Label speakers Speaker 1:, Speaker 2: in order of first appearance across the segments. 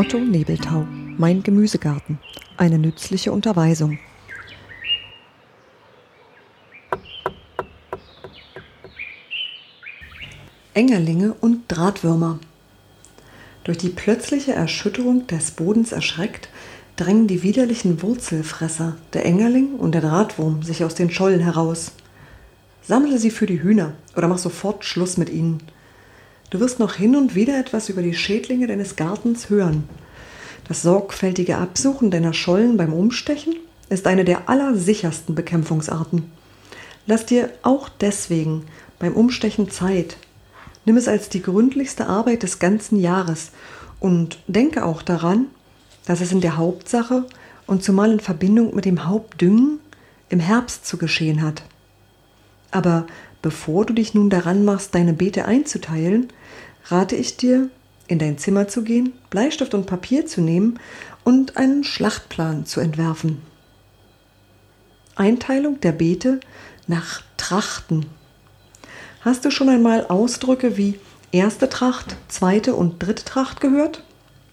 Speaker 1: Otto Nebeltau, Mein Gemüsegarten. Eine nützliche Unterweisung. Engerlinge und Drahtwürmer. Durch die plötzliche Erschütterung des Bodens erschreckt, drängen die widerlichen Wurzelfresser, der Engerling und der Drahtwurm, sich aus den Schollen heraus. Sammle sie für die Hühner oder mach sofort Schluss mit ihnen. Du wirst noch hin und wieder etwas über die Schädlinge deines Gartens hören. Das sorgfältige Absuchen deiner Schollen beim Umstechen ist eine der allersichersten Bekämpfungsarten. Lass dir auch deswegen beim Umstechen Zeit. Nimm es als die gründlichste Arbeit des ganzen Jahres und denke auch daran, dass es in der Hauptsache und zumal in Verbindung mit dem Hauptdüngen im Herbst zu geschehen hat. Aber bevor du dich nun daran machst, deine Beete einzuteilen, rate ich dir, in dein Zimmer zu gehen, Bleistift und Papier zu nehmen und einen Schlachtplan zu entwerfen. Einteilung der Beete nach Trachten. Hast du schon einmal Ausdrücke wie erste Tracht, zweite und dritte Tracht gehört?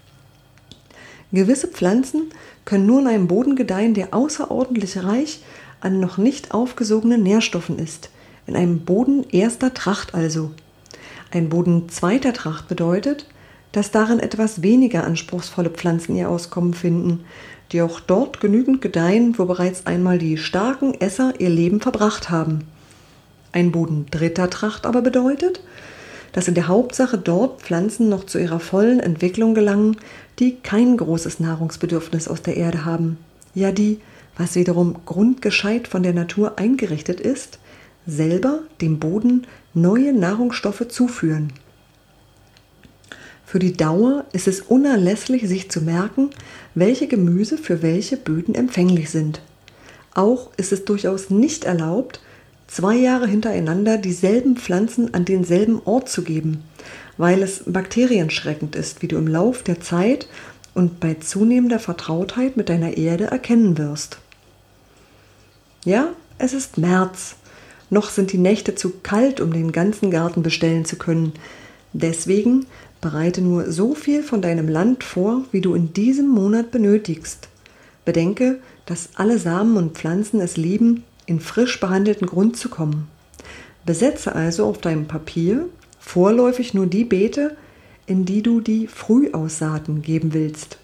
Speaker 1: Gewisse Pflanzen können nur in einem Boden gedeihen, der außerordentlich reich an noch nicht aufgesogenen Nährstoffen ist. In einem Boden erster Tracht also. Ein Boden zweiter Tracht bedeutet, dass darin etwas weniger anspruchsvolle Pflanzen ihr Auskommen finden, die auch dort genügend gedeihen, wo bereits einmal die starken Esser ihr Leben verbracht haben. Ein Boden dritter Tracht aber bedeutet, dass in der Hauptsache dort Pflanzen noch zu ihrer vollen Entwicklung gelangen, die kein großes Nahrungsbedürfnis aus der Erde haben. Ja, die, was wiederum grundgescheit von der Natur eingerichtet ist, selber dem Boden neue Nahrungsstoffe zuführen. Für die Dauer ist es unerlässlich, sich zu merken, welche Gemüse für welche Böden empfänglich sind. Auch ist es durchaus nicht erlaubt, 2 Jahre hintereinander dieselben Pflanzen an denselben Ort zu geben, weil es bakterienschreckend ist, wie du im Lauf der Zeit und bei zunehmender Vertrautheit mit deiner Erde erkennen wirst. Ja, es ist März. Noch sind die Nächte zu kalt, um den ganzen Garten bestellen zu können. Deswegen bereite nur so viel von deinem Land vor, wie du in diesem Monat benötigst. Bedenke, dass alle Samen und Pflanzen es lieben, in frisch behandelten Grund zu kommen. Besetze also auf deinem Papier vorläufig nur die Beete, in die du die Frühaussaaten geben willst.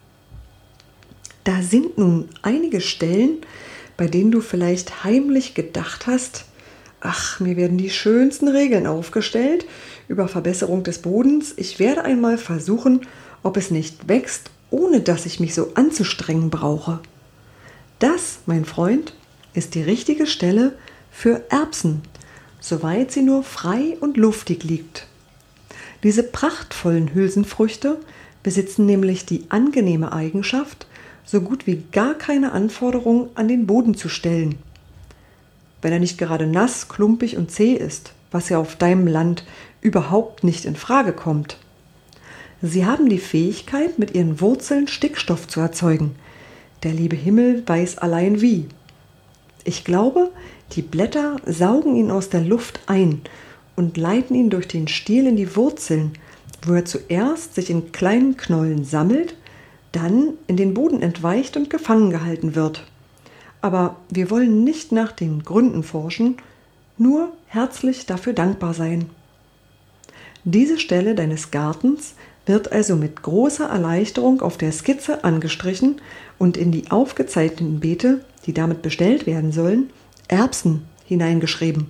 Speaker 1: Da sind nun einige Stellen, bei denen du vielleicht heimlich gedacht hast, ach, mir werden die schönsten Regeln aufgestellt über Verbesserung des Bodens. Ich werde einmal versuchen, ob es nicht wächst, ohne dass ich mich so anzustrengen brauche. Das, mein Freund, ist die richtige Stelle für Erbsen, soweit sie nur frei und luftig liegt. Diese prachtvollen Hülsenfrüchte besitzen nämlich die angenehme Eigenschaft, so gut wie gar keine Anforderung an den Boden zu stellen. Wenn er nicht gerade nass, klumpig und zäh ist, was ja auf deinem Land überhaupt nicht in Frage kommt. Sie haben die Fähigkeit, mit ihren Wurzeln Stickstoff zu erzeugen. Der liebe Himmel weiß allein wie. Ich glaube, die Blätter saugen ihn aus der Luft ein und leiten ihn durch den Stiel in die Wurzeln, wo er zuerst sich in kleinen Knollen sammelt, dann in den Boden entweicht und gefangen gehalten wird. Aber wir wollen nicht nach den Gründen forschen, nur herzlich dafür dankbar sein. Diese Stelle deines Gartens wird also mit großer Erleichterung auf der Skizze angestrichen und in die aufgezeichneten Beete, die damit bestellt werden sollen, Erbsen hineingeschrieben.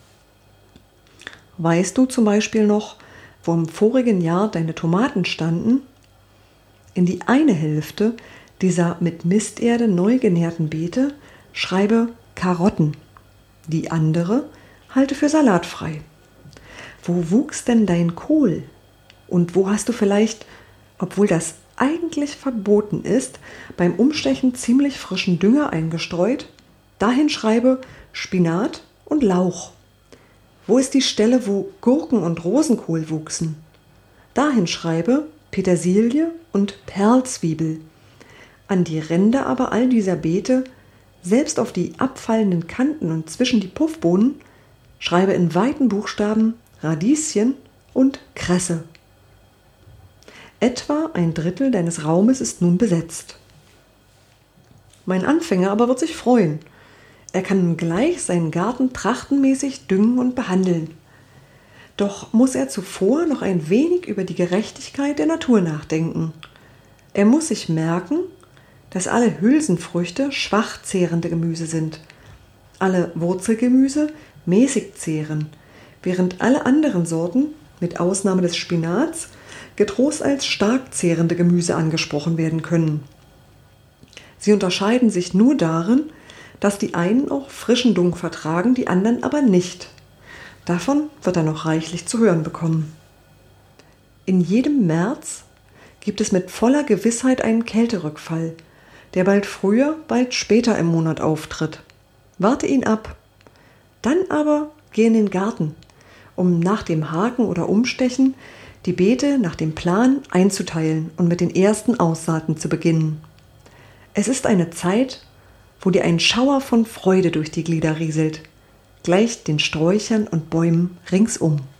Speaker 1: Weißt du zum Beispiel noch, wo im vorigen Jahr deine Tomaten standen? In die eine Hälfte dieser mit Misterde neu genährten Beete schreibe Karotten, die andere halte für Salat frei. Wo wuchs denn dein Kohl? Und wo hast du vielleicht, obwohl das eigentlich verboten ist, beim Umstechen ziemlich frischen Dünger eingestreut? Dahin schreibe Spinat und Lauch. Wo ist die Stelle, wo Gurken und Rosenkohl wuchsen? Dahin schreibe Petersilie und Perlzwiebel. An die Ränder aber all dieser Beete, selbst auf die abfallenden Kanten und zwischen die Puffbohnen, schreibe in weiten Buchstaben Radieschen und Kresse. Etwa 1/3 deines Raumes ist nun besetzt. Mein Anfänger aber wird sich freuen. Er kann nun gleich seinen Garten trachtenmäßig düngen und behandeln. Doch muss er zuvor noch ein wenig über die Gerechtigkeit der Natur nachdenken. Er muss sich merken, dass alle Hülsenfrüchte schwach zehrende Gemüse sind, alle Wurzelgemüse mäßig zehren, während alle anderen Sorten, mit Ausnahme des Spinats, getrost als stark zehrende Gemüse angesprochen werden können. Sie unterscheiden sich nur darin, dass die einen auch frischen Dunk vertragen, die anderen aber nicht. Davon wird er noch reichlich zu hören bekommen. In jedem März gibt es mit voller Gewissheit einen Kälterückfall, der bald früher, bald später im Monat auftritt. Warte ihn ab. Dann aber geh in den Garten, um nach dem Haken oder Umstechen die Beete nach dem Plan einzuteilen und mit den ersten Aussaaten zu beginnen. Es ist eine Zeit, wo dir ein Schauer von Freude durch die Glieder rieselt, gleich den Sträuchern und Bäumen ringsum.